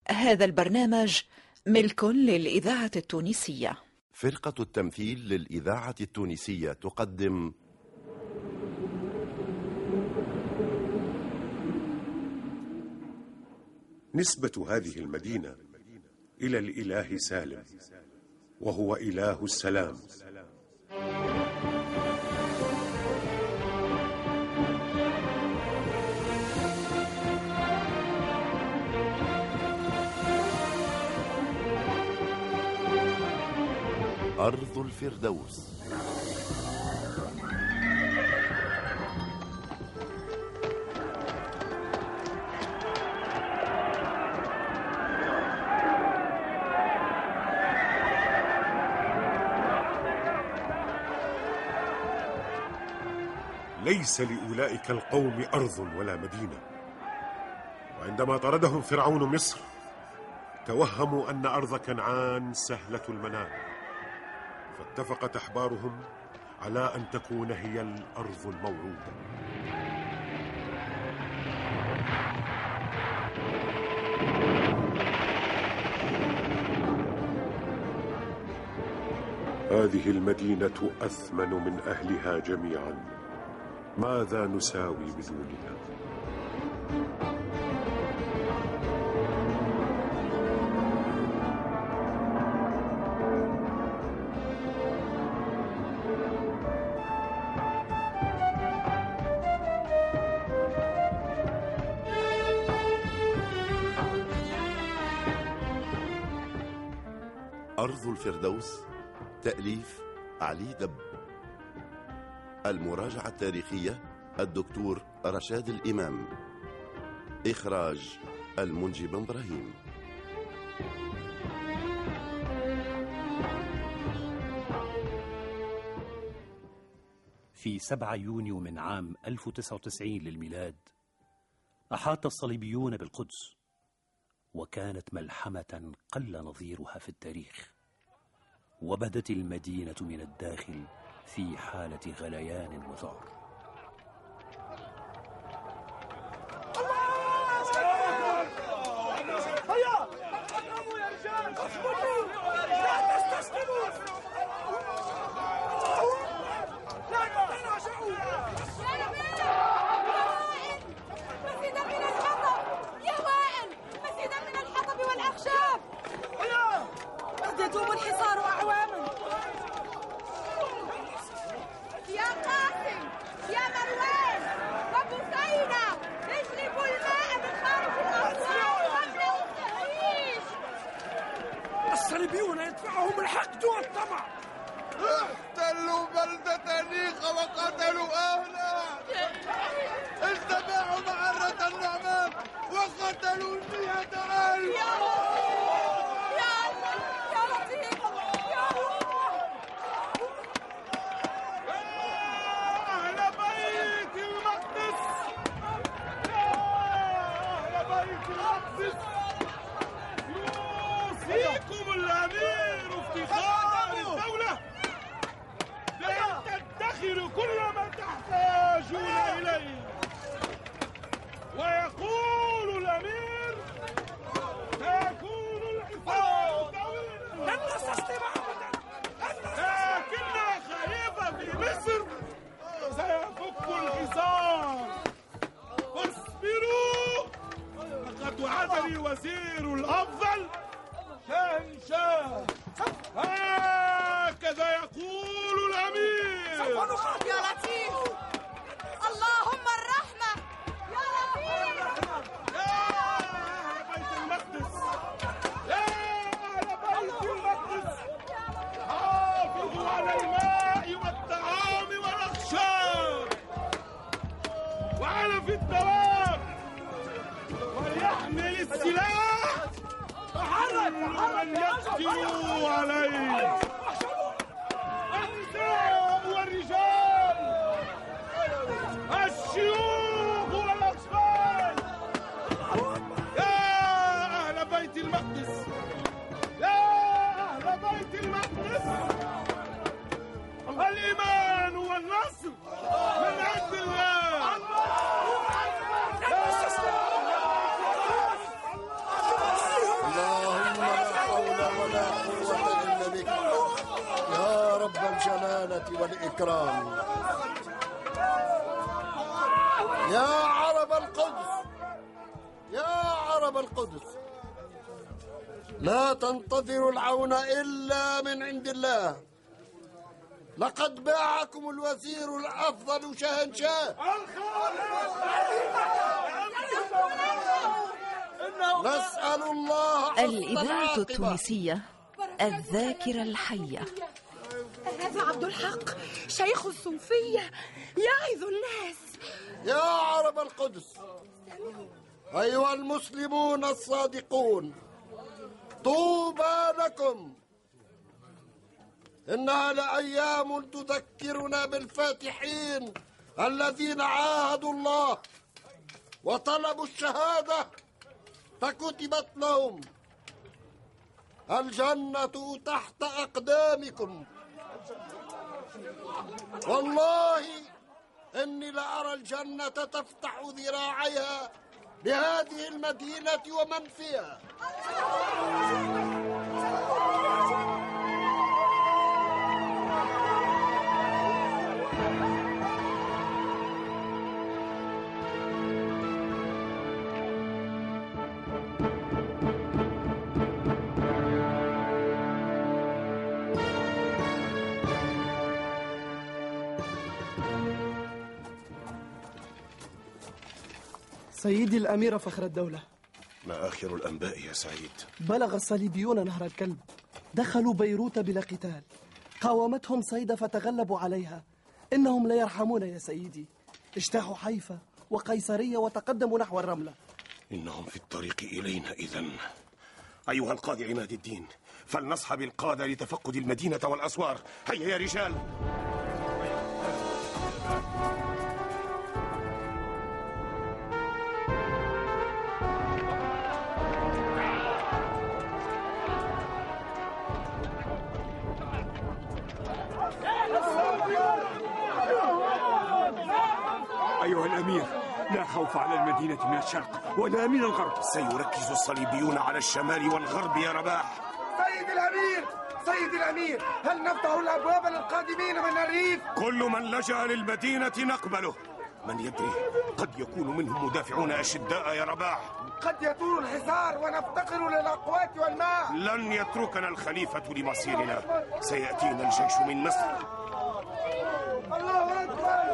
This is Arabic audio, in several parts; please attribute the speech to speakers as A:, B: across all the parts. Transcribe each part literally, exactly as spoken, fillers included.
A: هذا البرنامج ملك للإذاعة التونسية.
B: فرقة التمثيل للإذاعة التونسية تقدم
C: نسبة هذه المدينة إلى الإله سالم، وهو إله السلام.
B: أرض الفردوس.
C: ليس لأولئك القوم أرض ولا مدينة، وعندما طردهم فرعون مصر توهموا أن أرض كنعان سهلة المنال، فاتفقت أحبارهم على أن تكون هي الأرض الموعودة. هذه المدينة أثمن من أهلها جميعا، ماذا نساوي بدونها؟
B: أرض الفردوس، تأليف علي دب. المراجعة التاريخية الدكتور رشاد الإمام. إخراج المنجي بن إبراهيم.
D: في سبعة يونيو من عام ألف وتسعة وتسعين للميلاد أحاط الصليبيون بالقدس، وكانت ملحمة قل نظيرها في التاريخ، وبدت المدينة من الداخل في حالة غليان وذعر.
E: هيا اضربوا يا رجال، اصبروا، لا تستسلموا، لا تتراجعوا.
F: يا وائل، مزيدا من الحطب، يا وائل، مزيدا من الحطب والأخشاب.
E: هيا
F: قد يدوم الحصار أعواما. يا قاسم، يا مروان وبثينة، اجلبوا الماء من خارج الأسوار واملأوا التهريج.
E: الصليبيون يدفعهم الحقد والطمع.
G: احتلوا بلدة نيخة وقتلوا أهلها، اجتمعوا معرة النعمان وقتلوا مئة ألف.
F: يا الله يا الله يا لطيف يا الله.
G: أهل بيت المقدس، يا أهل بيت المقدس، يوصيكم الأمير افتخار الدولة بأن تدخروا كل ما تحتاجون إليه. ويقول الأمير سيكون الحصار طويلا،
E: لن نستسلم أبدا،
G: لكن خليفة في مصر سيفك الحصار. فاصبروا، لقد وعدني وزير الأفضل شاهنشاه، هكذا يقول الأمير.
E: سوف نقاتل
F: يا لطيف، اللهم الرحمة يا لطيف.
G: يا أهل بيت المقدس، يا أهل بيت المقدس، حافظوا على الماء والطعام والأخشاب وعلى في الدواب، وليحمل السلاح كل من يقدر عليه، النساء والرجال، الشيوخ والأطفال. يا أهل بيت المقدس، يا أهل بيت المقدس، الإيمان والنصر من عند الله.
E: لن نستسلم.
H: الكرام، يا عرب القدس، يا عرب القدس، لا تنتظروا العون إلا من عند الله. لقد باعكم الوزير الأفضل شاهنشاه. نسأل الله
A: الإذاعة التونسية الذاكرة الحية.
F: هذا عبد الحق شيخ الصوفية يعظ الناس.
H: يا عرب القدس، أيها المسلمون الصادقون، طوبى لكم. إنها لأيام تذكرنا بالفاتحين الذين عاهدوا الله وطلبوا الشهادة فكتبت لهم. الجنة تحت أقدامكم. والله إني لأرى الجنة تفتح ذراعيها لهذه المدينة ومن فيها.
I: سيدي الأمير فخر الدولة،
C: ما آخر الأنباء يا سعيد؟
I: بلغ الصليبيون نهر الكلب، دخلوا بيروت بلا قتال، قاومتهم صيدا فتغلبوا عليها. إنهم لا يرحمون يا سيدي، اجتاحوا حيفا وقيصرية وتقدموا نحو الرملة.
C: إنهم في الطريق إلينا إذن. أيها القاضي عماد الدين، فلنصحب القادة لتفقد المدينة والأسوار. هيا يا رجال.
J: أيها الأمير، لا خوف على المدينة من الشرق ولا من الغرب.
C: سيركز الصليبيون على الشمال والغرب يا رباح.
G: سيد الأمير، سيد الأمير، هل نفتح الأبواب للقادمين من الريف؟
C: كل من لجأ للمدينة نقبله. من يدري، قد يكون منهم مدافعون أشداء يا رباح.
G: قد يطول الحصار ونفتقر للأقوات والماء.
C: لن يتركنا الخليفة لمصيرنا، سيأتينا الجيش من مصر.
G: الله أكبر.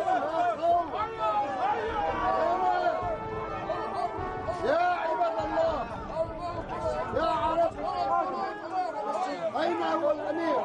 H: يا عباد الله، يا عرب، أين هو الأمير؟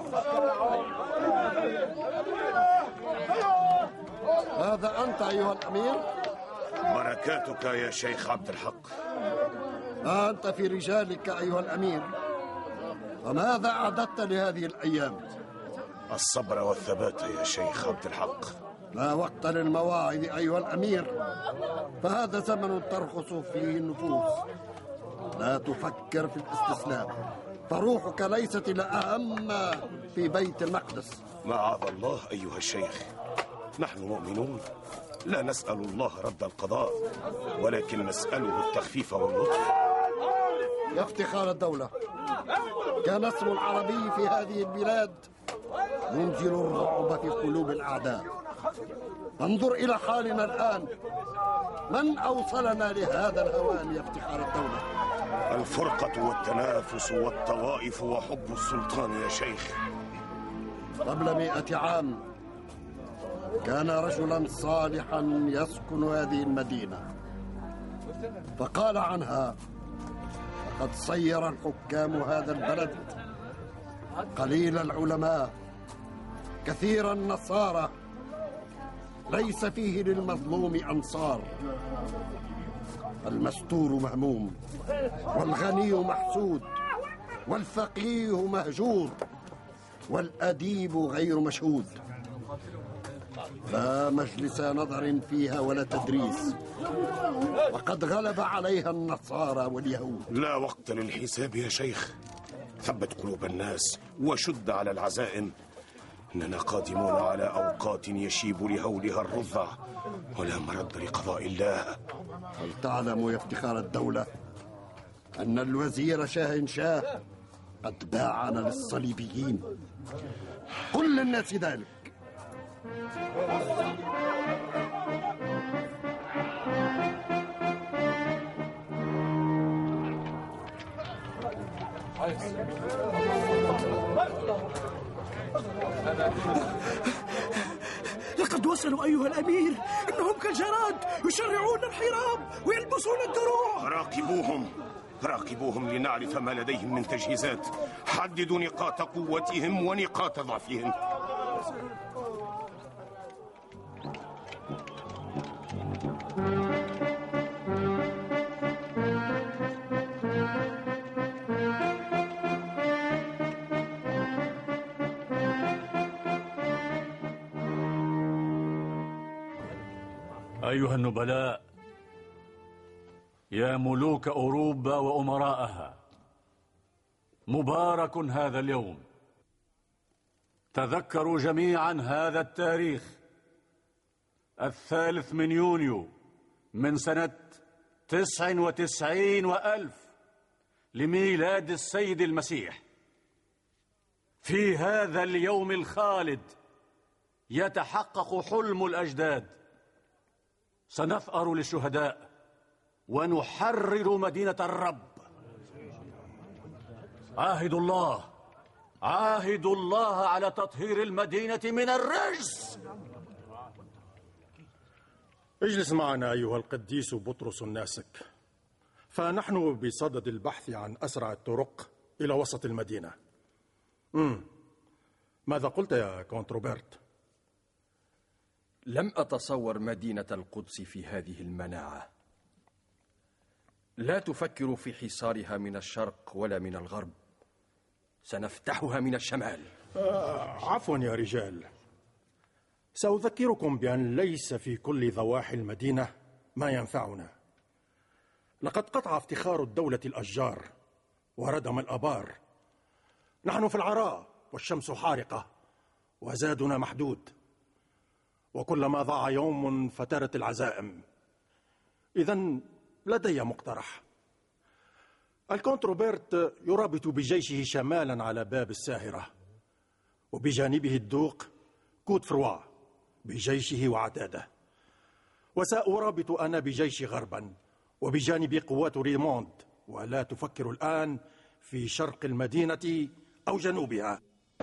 H: هذا أنت أيها الأمير؟
C: بركاتك يا شيخ عبد الحق.
H: أنت في رجالك أيها الأمير، وماذا أعددت لهذه الأيام؟
C: الصبر والثبات يا شيخ عبد الحق.
H: لا وقت للمواعظ أيها الأمير، فهذا زمن ترخص فيه النفوس. لا تفكر في الاستسلام، فروحك ليست الأهم في بيت المقدس.
C: معاذ الله أيها الشيخ، نحن مؤمنون، لا نسأل الله رد القضاء، ولكن نسأله التخفيف واللطف.
H: يا افتخار الدولة، كان اسم العربي في هذه البلاد ينزل الرعب في قلوب الأعداء. انظر إلى حالنا الآن، من أوصلنا لهذا الهوان يا افتخار الدولة؟
C: الفرقة والتنافس والطوائف وحب السلطان يا شيخ.
H: قبل مئة عام كان رجلا صالحا يسكن هذه المدينة، فقال عنها: لقد صير الحكام هذا البلد، قليل العلماء كثير النصارى، ليس فيه للمظلوم أنصار. المستور مهموم، والغني محسود، والفقيه مهجور، والأديب غير مشهود. لا مجلس نظر فيها ولا تدريس، وقد غلب عليها النصارى واليهود.
C: لا وقت للحساب يا شيخ، ثبت قلوب الناس وشد على العزائم. إننا قادمون على أوقات يشيب لهولها الرضع، ولا مرد لقضاء الله.
H: هل تعلم يا افتخار الدولة أن الوزير شاهنشاه قد باعنا للصليبيين؟ قل للناس ذلك،
I: لقد وصلوا أيها الأمير، إنهم كالجراد يشرعون الحراب ويلبسون الدروع.
J: راقبوهم راقبوهم لنعرف ما لديهم من تجهيزات. حددوا نقاط قوتهم ونقاط ضعفهم.
K: أيها النبلاء، يا ملوك أوروبا وأمراءها، مبارك هذا اليوم. تذكروا جميعا هذا التاريخ، الثالث من يونيو من سنة تسع وتسعين وألف لميلاد السيد المسيح. في هذا اليوم الخالد يتحقق حلم الأجداد. سنثأر للشهداء ونحرر مدينة الرب. عاهدوا الله عاهدوا الله على تطهير المدينة من الرجس.
L: اجلس معنا أيها القديس بطرس الناسك، فنحن بصدد البحث عن أسرع الطرق إلى وسط المدينة. مم. ماذا قلت يا كونت روبرت؟
M: لم أتصور مدينة القدس في هذه المناعة. لا تفكر في حصارها من الشرق ولا من الغرب، سنفتحها من الشمال.
L: آه عفوا يا رجال، سأذكركم بأن ليس في كل ضواحي المدينة ما ينفعنا. لقد قطع افتخار الدولة الأشجار وردم الأبار. نحن في العراء والشمس حارقة وزادنا محدود، وكلما ضاع يوم فترت العزائم. إذن لدي مقترح. الكونت روبرت يرابط بجيشه شمالا على باب الساهرة، وبجانبه الدوق كوت فروا بجيشه وعتاده، وسأرابط أنا بجيشي غربا وبجانب قوات ريموند. ولا تفكر الآن في شرق المدينة أو جنوبها.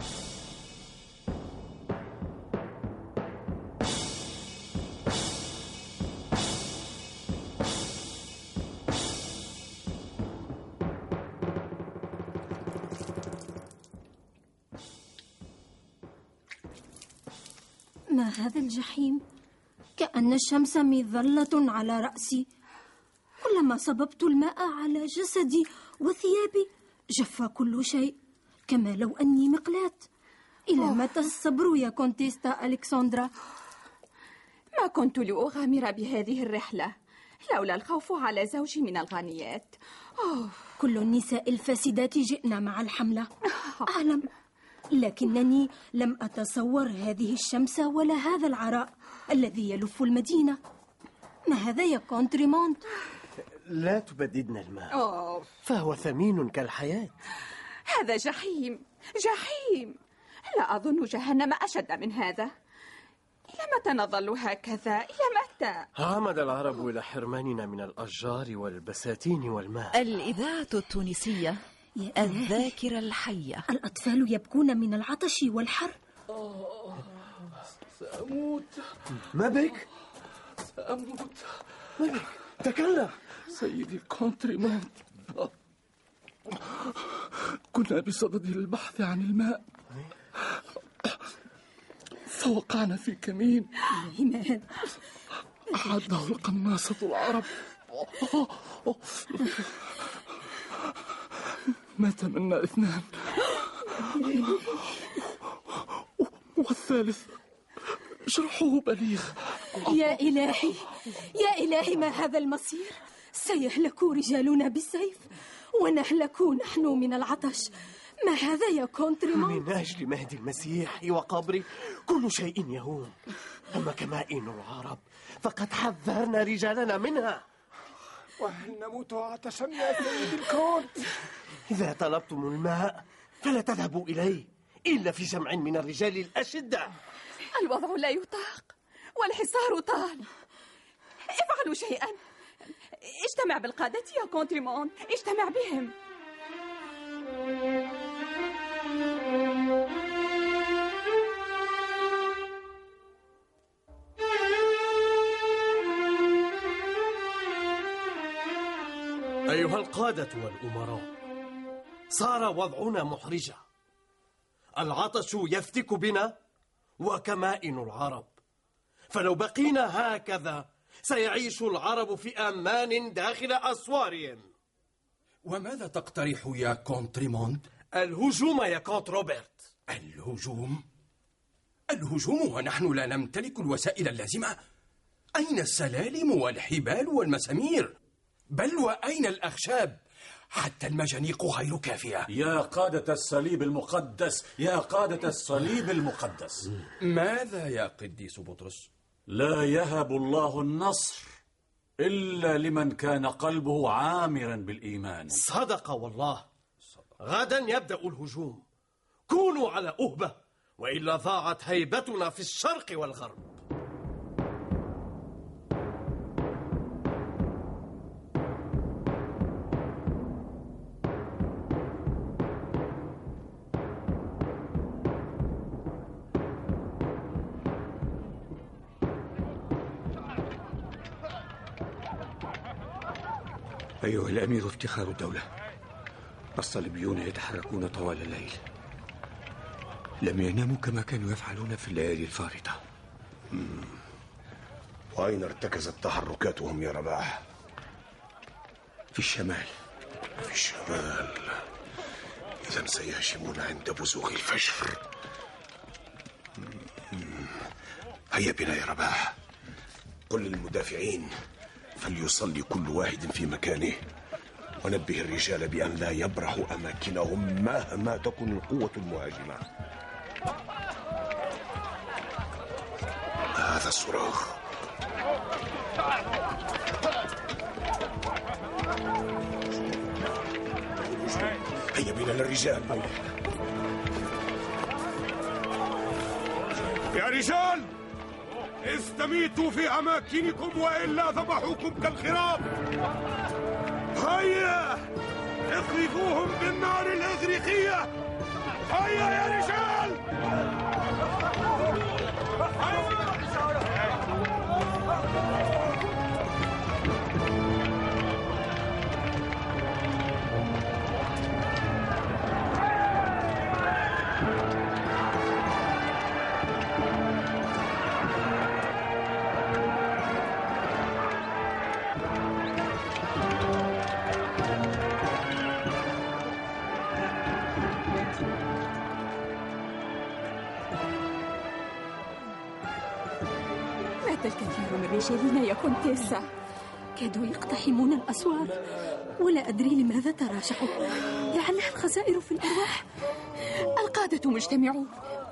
N: ما هذا الجحيم؟ كأن الشمس مظلة على رأسي. كلما صببت الماء على جسدي وثيابي جف كل شيء، كما لو أني مقلاة. إلى متى الصبر يا كونتيستا ألكسندرا؟
F: ما كنت لأغامر بهذه الرحلة لولا الخوف على زوجي من الغنيات.
N: أوه. كل النساء الفاسدات جئن مع الحملة، أعلم، لكنني لم أتصور هذه الشمس ولا هذا العراء الذي يلف المدينة. ما هذا يا كونت ريموند؟
O: لا تبددن الماء،
F: أوه.
O: فهو ثمين كالحياة.
F: هذا جحيم جحيم، لا أظن جهنم أشد من هذا. إلى متى نظل هكذا؟ إلى متى؟
O: عمد العرب إلى حرماننا من الأشجار والبساتين والماء.
A: الإذاعة التونسية، الذاكرة الحية.
N: الأطفال يبكون من العطش والحر.
O: سأموت. ما بك؟
G: سأموت.
O: ما بك؟ تكلم
G: سيدي الكونت ريموند. كنا بصدد البحث عن الماء، فوقعنا في كمين
N: لماذا؟
G: أعده القناصة العرب. مات منا اثنان والثالث جرحه بليغ.
N: يا إلهي يا إلهي، ما هذا المصير؟ سيهلك رجالنا بالسيف ونهلك نحن من العطش. ما هذا يا كونت ريموند؟
O: من أجل مهد المسيح وقبري كل شيء يهون، أما كمائن العرب فقد حذرنا رجالنا منها.
J: وهل نموت عطشا يا سيد الكونت؟
O: إذا طلبتم الماء فلا تذهبوا إليه إلا في جمع من الرجال الأشدة.
F: الوضع لا يطاق والحصار طال. افعلوا شيئا. اجتمع بالقادة يا كونتريمون، اجتمع بهم.
O: أيها القادة والأمراء، صار وضعنا محرجا. العطش يفتك بنا وكمائن العرب، فلو بقينا هكذا سيعيش العرب في أمان داخل أسوارهم.
P: وماذا تقترح يا كونت ريموند؟
O: الهجوم يا كونت روبرت.
P: الهجوم؟ الهجوم ونحن لا نمتلك الوسائل اللازمة؟ أين السلالم والحبال والمسامير؟ بل وأين الأخشاب؟ حتى المجانيق غير كافية.
K: يا قادة الصليب المقدس، يا قادة الصليب المقدس.
P: ماذا يا قديس بطرس؟
K: لا يهب الله النصر إلا لمن كان قلبه عامرا بالإيمان.
O: صدق والله. غدا يبدأ الهجوم، كونوا على أهبة وإلا ضاعت هيبتنا في الشرق والغرب.
Q: أيها الأمير افتخار الدولة، الصليبيون يتحركون طوال الليل، لم يناموا كما كانوا يفعلون في الليالي الفارطة.
J: وأين ارتكزت تحركاتهم يا رباح؟
Q: في الشمال.
J: في الشمال؟ إذن سيهجمون عند بزوغ الفجر. هيا بنا يا رباح، قل للمدافعين فليصلي كل واحد في مكانه، ونبه الرجال بأن لا يبرحوا أماكنهم مهما تكن القوة المهاجمة. هذا الصراخ. هيا بنا للرجال.
C: يا رجال، استميتوا في أماكنكم وإلا ذبحوكم كالخراب. هيا اخرجوهم بالنار الإغريقية. هيا يا رجال.
F: مات الكثير من رجالنا يا كونتيسا.
N: كادوا يقتحمون الأسوار، ولا أدري لماذا تراجعوا. لعلها الخسائر في الأرواح.
F: القادة مجتمعون.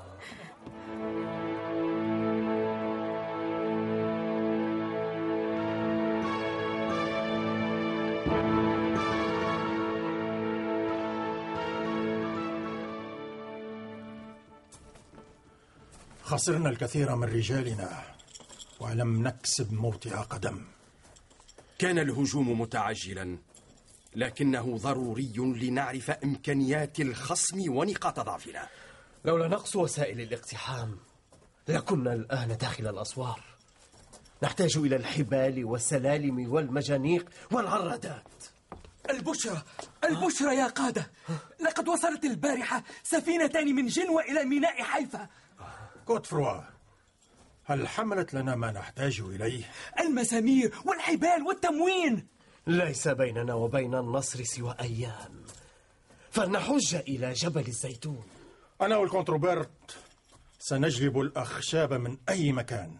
L: خسرنا الكثير من رجالنا ولم نكسب موطئ قدم.
P: كان الهجوم متعجلا، لكنه ضروري لنعرف إمكانيات الخصم ونقاط ضعفنا.
O: لولا نقص وسائل الاقتحام لكنا الآن داخل الأسوار. نحتاج إلى الحبال والسلالم والمجانيق والعرادات.
R: البشرى البشرى يا قادة، لقد وصلت البارحة سفينتان من جنوة إلى ميناء حيفا.
L: كوتفروا، هل حملت لنا ما نحتاج إليه؟
R: المسامير والحبال والتموين.
O: ليس بيننا وبين النصر سوى أيام، فلنحج إلى جبل الزيتون.
L: أنا والكونت روبرت سنجلب الأخشاب من أي مكان.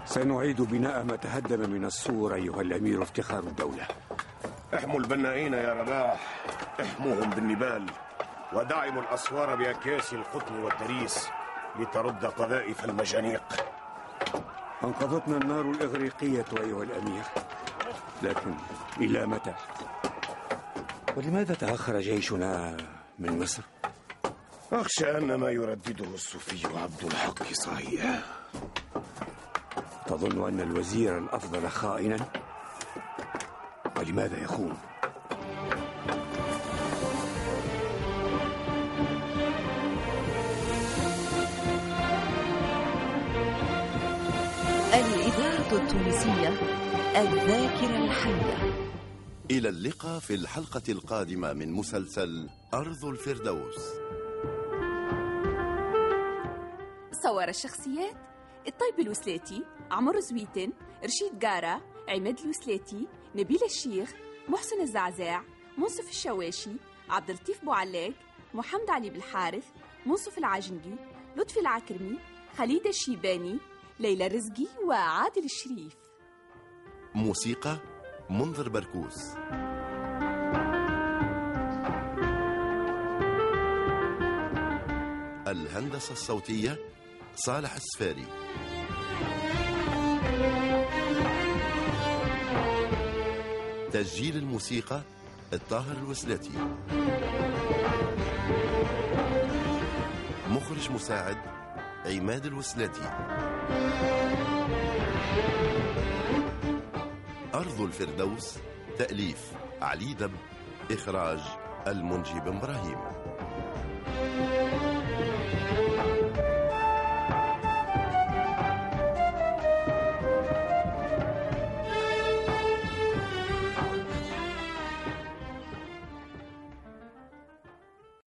Q: سنعيد بناء ما تهدم من السور أيها الأمير افتخار الدولة.
J: احموا البنائين يا رباح، احموهم بالنبال، ودعموا الأسوار بأكياس القطن والدريس لترد قذائف المجانيق.
Q: أنقذتنا النار الإغريقية أيها الأمير، لكن إلى متى؟ ولماذا تأخر جيشنا من مصر؟
J: أخشى أن ما يردده الصوفي عبد الحق صحيح.
Q: تظن أن الوزير الأفضل خائنا؟ ولماذا يخون؟
A: الإذاعة التونسية الذاكرة الحية.
B: إلى اللقاء في الحلقة القادمة من مسلسل أرض الفردوس.
F: صور الشخصيات: الطيب الوسلاتي، عمر زويتن، رشيد قارة، عماد الوسلاتي، نبيل الشيخ، محسن الزعزاع، منصف الشواشي، عبد اللطيف بوعلاق، محمد علي بالحارث، منصف العجنقي، لطفي العكرمي، خليدة الشيباني، ليلى الرزقي وعادل الشريف.
B: موسيقى منذر بركوس. الهندسة الصوتية صالح السفاري. تسجيل الموسيقى الطاهر الوسلاتي. مخرج مساعد عماد الوسلاتي. أرض الفردوس تأليف علي دب، إخراج المنجي بن إبراهيم.